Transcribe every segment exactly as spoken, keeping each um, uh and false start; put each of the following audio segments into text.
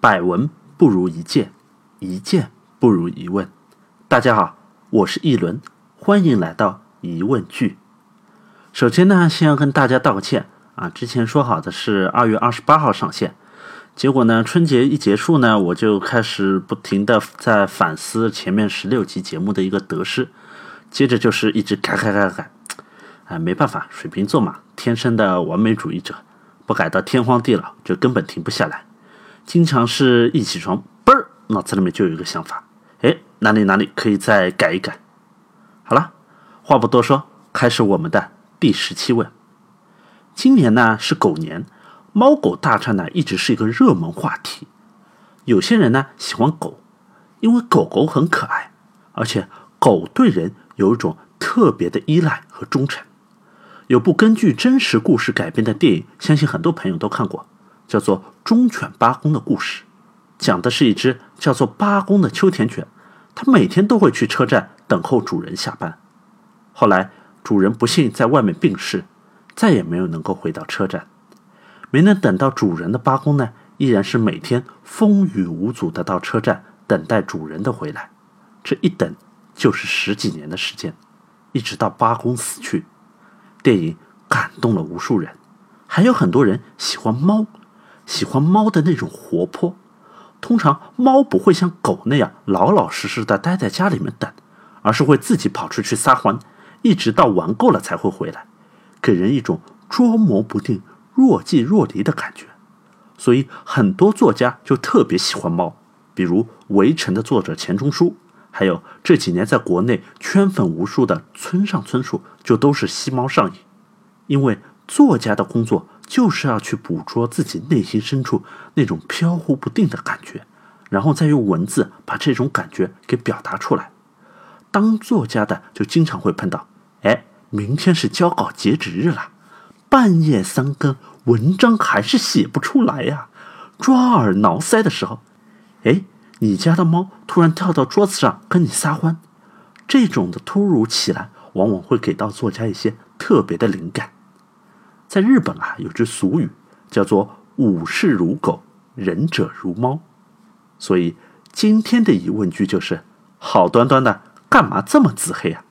百闻不如一见，一见不如一问。大家好，我是一轮，欢迎来到疑问句。首先呢，先要跟大家道个歉啊，之前说好的是二月二十八号上线，结果呢，春节一结束呢，我就开始不停的在反思前面十六集节目的一个得失，接着就是一直改改改改，哎，没办法，水瓶座嘛，天生的完美主义者，不改到天荒地老就根本停不下来，经常是一起床，嘣儿，脑子里面就有一个想法，哎，哪里哪里可以再改一改。好了，话不多说，开始我们的第十七问。今年呢是狗年，猫狗大战呢一直是一个热门话题。有些人呢喜欢狗，因为狗狗很可爱，而且狗对人有一种特别的依赖和忠诚。有部根据真实故事改编的电影，相信很多朋友都看过，叫做《忠犬八公的故事》，讲的是一只叫做八公的秋田犬，它每天都会去车站等候主人下班。后来主人不幸在外面病逝，再也没有能够回到车站。没能等到主人的八公呢，依然是每天风雨无阻的到车站等待主人的回来。这一等就是十几年的时间，一直到八公死去。电影感动了无数人，还有很多人喜欢猫，喜欢猫的那种活泼。通常猫不会像狗那样老老实实的待在家里面等，而是会自己跑出去撒欢，一直到玩够了才会回来，给人一种捉摸不定、若即若离的感觉。所以很多作家就特别喜欢猫，比如《围城》的作者钱钟书，还有这几年在国内圈粉无数的村上春树，就都是吸猫上瘾。因为作家的工作就是要去捕捉自己内心深处那种飘忽不定的感觉，然后再用文字把这种感觉给表达出来。当作家的就经常会碰到，哎，明天是交稿截止日了，半夜三更文章还是写不出来呀、啊，抓耳挠腮的时候，哎，你家的猫突然跳到桌子上跟你撒欢，这种的突如其来往往会给到作家一些特别的灵感。在日本啊，有句俗语叫做武士如狗，忍者如猫。所以今天的疑问句就是，好端端的干嘛这么自黑啊？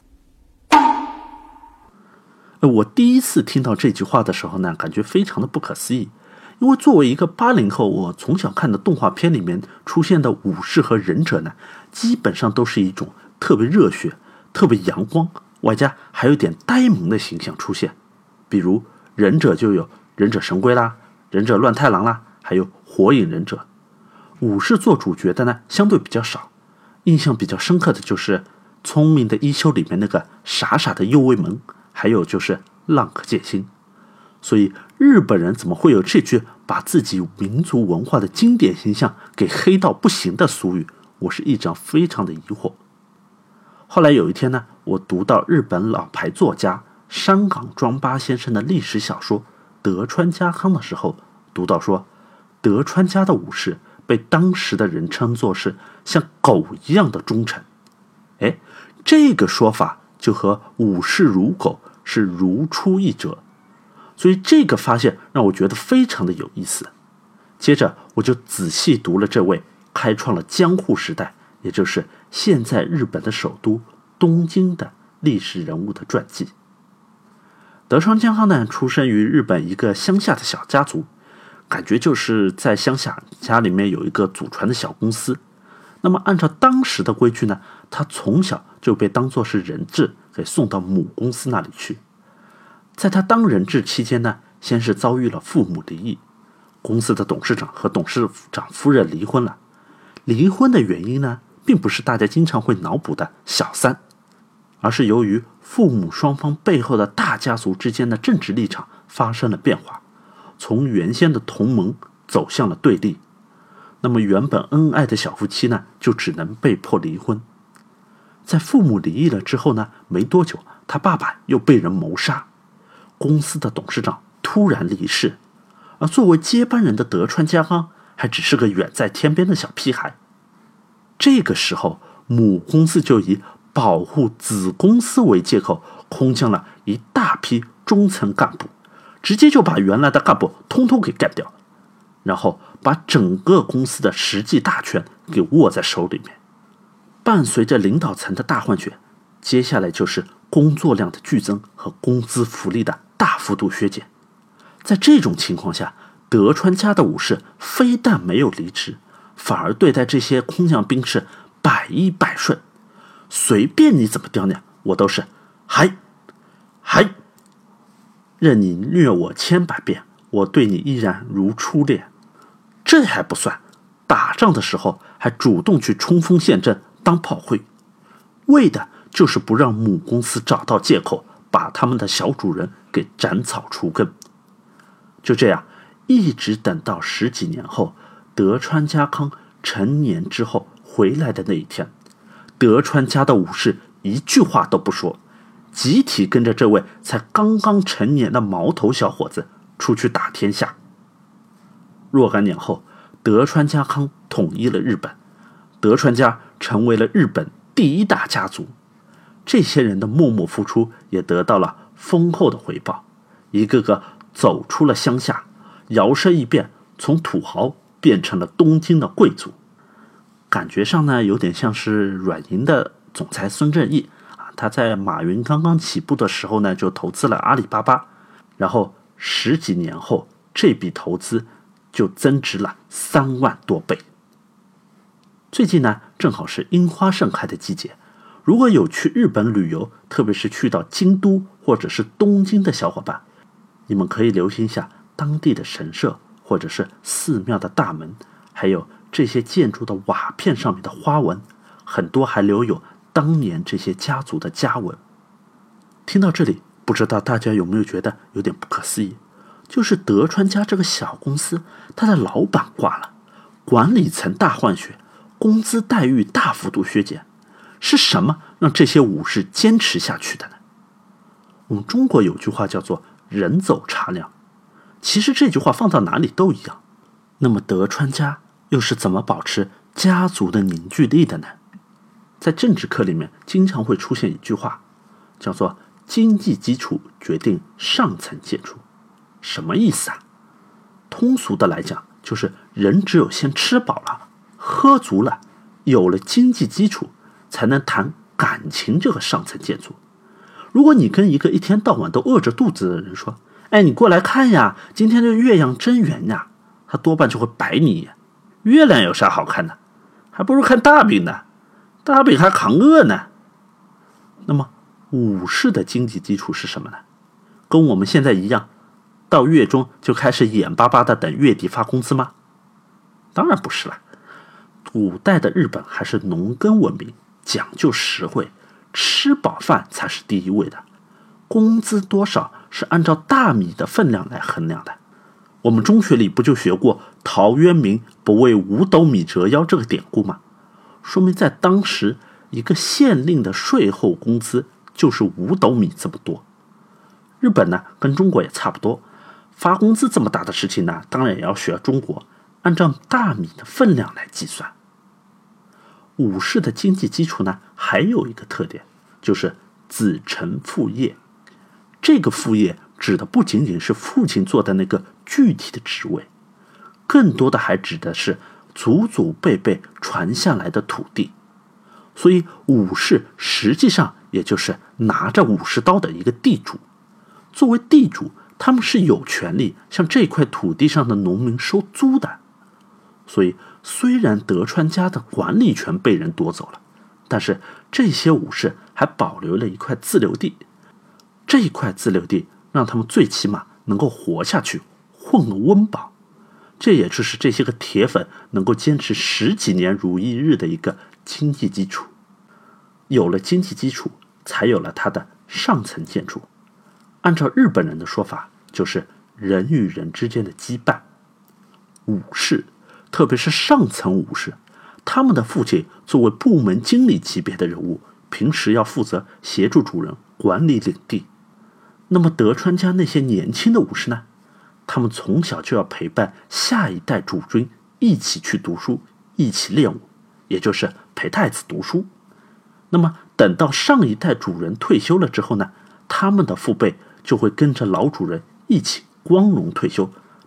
我第一次听到这句话的时候呢，感觉非常的不可思议。因为作为一个八零后，我从小看的动画片里面出现的武士和忍者呢，基本上都是一种特别热血、特别阳光，外加还有点呆萌的形象出现。比如忍者就有忍者神龟啦、忍者乱太郎啦，还有火影忍者。武士做主角的呢，相对比较少。印象比较深刻的就是聪明的一休里面那个傻傻的右卫门，还有就是浪客剑心。所以日本人怎么会有这句把自己民族文化的经典形象给黑到不行的俗语，我是一直非常的疑惑。后来有一天呢，我读到日本老牌作家山冈庄八先生的历史小说《德川家康》的时候，读到说德川家的武士被当时的人称作是像狗一样的忠诚。哎，这个说法就和武士如狗是如出一辙。所以这个发现让我觉得非常的有意思。接着我就仔细读了这位开创了江户时代，也就是现在日本的首都东京的历史人物的传记。德川家康呢，出生于日本一个乡下的小家族，感觉就是在乡下家里面有一个祖传的小公司。那么按照当时的规矩呢，他从小就被当作是人质给送到母公司那里去。在他当人质期间呢，先是遭遇了父母离异，公司的董事长和董事长夫人离婚了。离婚的原因呢，并不是大家经常会脑补的小三，而是由于父母双方背后的大家族之间的政治立场发生了变化，从原先的同盟走向了对立。那么原本恩爱的小夫妻呢，就只能被迫离婚。在父母离异了之后呢，没多久，他爸爸又被人谋杀。公司的董事长突然离世，而作为接班人的德川家康还只是个远在天边的小屁孩。这个时候，母公司就以保护子公司为借口，空降了一大批中层干部，直接就把原来的干部通通给干掉。 然后把整个公司的实际大权给握在手里面。伴随着领导层的大换血，接下来就是工作量的剧增和工资福利的大幅度削减。在这种情况下，德川家的武士非但没有离职，反而对待这些空降兵是百依百顺，随便你怎么刁难，我都是嗨嗨，任你虐我千百遍，我对你依然如初恋。这还不算，打仗的时候还主动去冲锋陷阵当炮灰，为的就是不让母公司找到借口把他们的小主人给斩草除根。就这样一直等到十几年后，德川家康成年之后回来的那一天，德川家的武士一句话都不说，集体跟着这位才刚刚成年的毛头小伙子出去打天下。若干年后，德川家康统一了日本，德川家成为了日本第一大家族。这些人的默默付出也得到了丰厚的回报，一个个走出了乡下，摇身一变，从土豪变成了东京的贵族。感觉上呢，有点像是软银的总裁孙正义啊，他在马云刚刚起步的时候呢，就投资了阿里巴巴，然后十几年后，这笔投资就增值了三万多倍。最近呢，正好是樱花盛开的季节，如果有去日本旅游，特别是去到京都或者是东京的小伙伴，你们可以留心一下当地的神社或者是寺庙的大门，还有这些建筑的瓦片上面的花纹，很多还留有当年这些家族的家纹。听到这里，不知道大家有没有觉得有点不可思议，就是德川家这个小公司，他的老板挂了，管理层大换血，工资待遇大幅度削减，是什么让这些武士坚持下去的呢？我们中国有句话叫做人走茶凉，其实这句话放到哪里都一样。那么德川家又是怎么保持家族的凝聚力的呢？在政治课里面经常会出现一句话，叫做经济基础决定上层建筑。什么意思啊？通俗的来讲，就是人只有先吃饱了喝足了，有了经济基础，才能谈感情这个上层建筑。如果你跟一个一天到晚都饿着肚子的人说，哎，你过来看呀，今天这月亮真圆呀，他多半就会白你一眼。月亮有啥好看的？还不如看大饼呢，大饼还扛饿呢。那么武士的经济基础是什么呢？跟我们现在一样，到月中就开始眼巴巴的等月底发工资吗？当然不是了。古代的日本还是农耕文明，讲究实惠，吃饱饭才是第一位的。工资多少是按照大米的分量来衡量的。我们中学里不就学过陶渊明不为五斗米折腰这个典故吗？说明在当时，一个县令的税后工资就是五斗米这么多。日本呢，跟中国也差不多，发工资这么大的事情呢，当然也要学中国，按照大米的分量来计算。武士的经济基础呢，还有一个特点，就是子承父业。这个父业指的不仅仅是父亲做的那个具体的职位，更多的还指的是祖祖辈辈传下来的土地。所以武士实际上也就是拿着武士刀的一个地主。作为地主，他们是有权利向这块土地上的农民收租的。所以虽然德川家的管理权被人夺走了，但是这些武士还保留了一块自留地。这一块自留地让他们最起码能够活下去，混个温饱。这也就是这些个铁粉能够坚持十几年如一日的一个经济基础。有了经济基础，才有了它的上层建筑。按照日本人的说法，就是人与人之间的羁绊。武士，特别是上层武士，他们的父亲作为部门经理级别的人物，平时要负责协助主人管理领地。那么德川家那些年轻的武士呢？他们从小就要陪伴下一代主君一起去读书，一起练武，也就是陪太子读书。那么等到上一代主人退休了之后呢，他们的父辈就会跟着老主人一起光荣退休，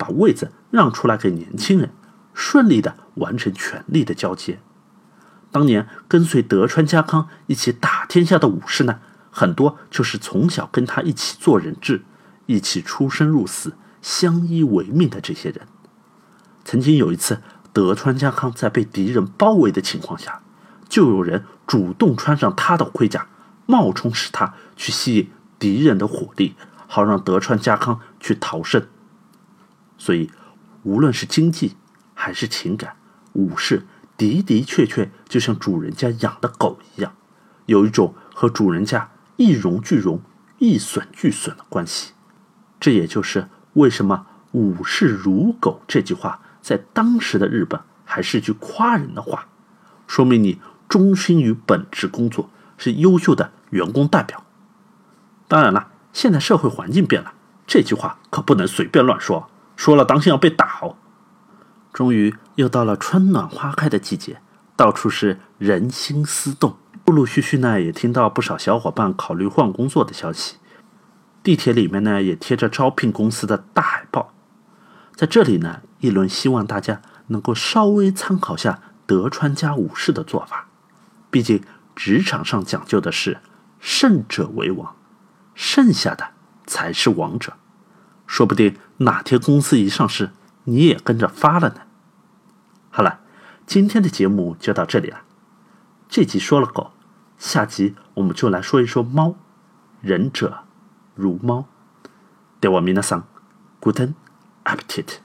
把位子让出来给年轻人，顺利的完成权力的交接。当年跟随德川家康一起打天下的武士呢，很多就是从小跟他一起做人质，一起出生入死，相依为命的这些人。曾经有一次，德川家康在被敌人包围的情况下，就有人主动穿上他的盔甲，冒充是他去吸引敌人的火力，好让德川家康去逃生。所以无论是经济还是情感，武士的的确确就像主人家养的狗一样，有一种和主人家一荣俱荣，一损俱损的关系。这也就是为什么武士如狗这句话在当时的日本还是句夸人的话，说明你忠心于本职工作，是优秀的员工代表。当然了，现在社会环境变了，这句话可不能随便乱说，说了当心要被打哦。终于又到了春暖花开的季节，到处是人心思动，陆陆续续呢也听到不少小伙伴考虑换工作的消息。地铁里面呢也贴着招聘公司的大海报。在这里呢，一轮希望大家能够稍微参考下德川家武士的做法。毕竟职场上讲究的是胜者为王，剩下的才是王者。说不定哪天公司一上市，你也跟着发了呢。好了，今天的节目就到这里了。这集说了狗，下集我们就来说一说猫。仁者如猫。では皆さん、グテンアペティット。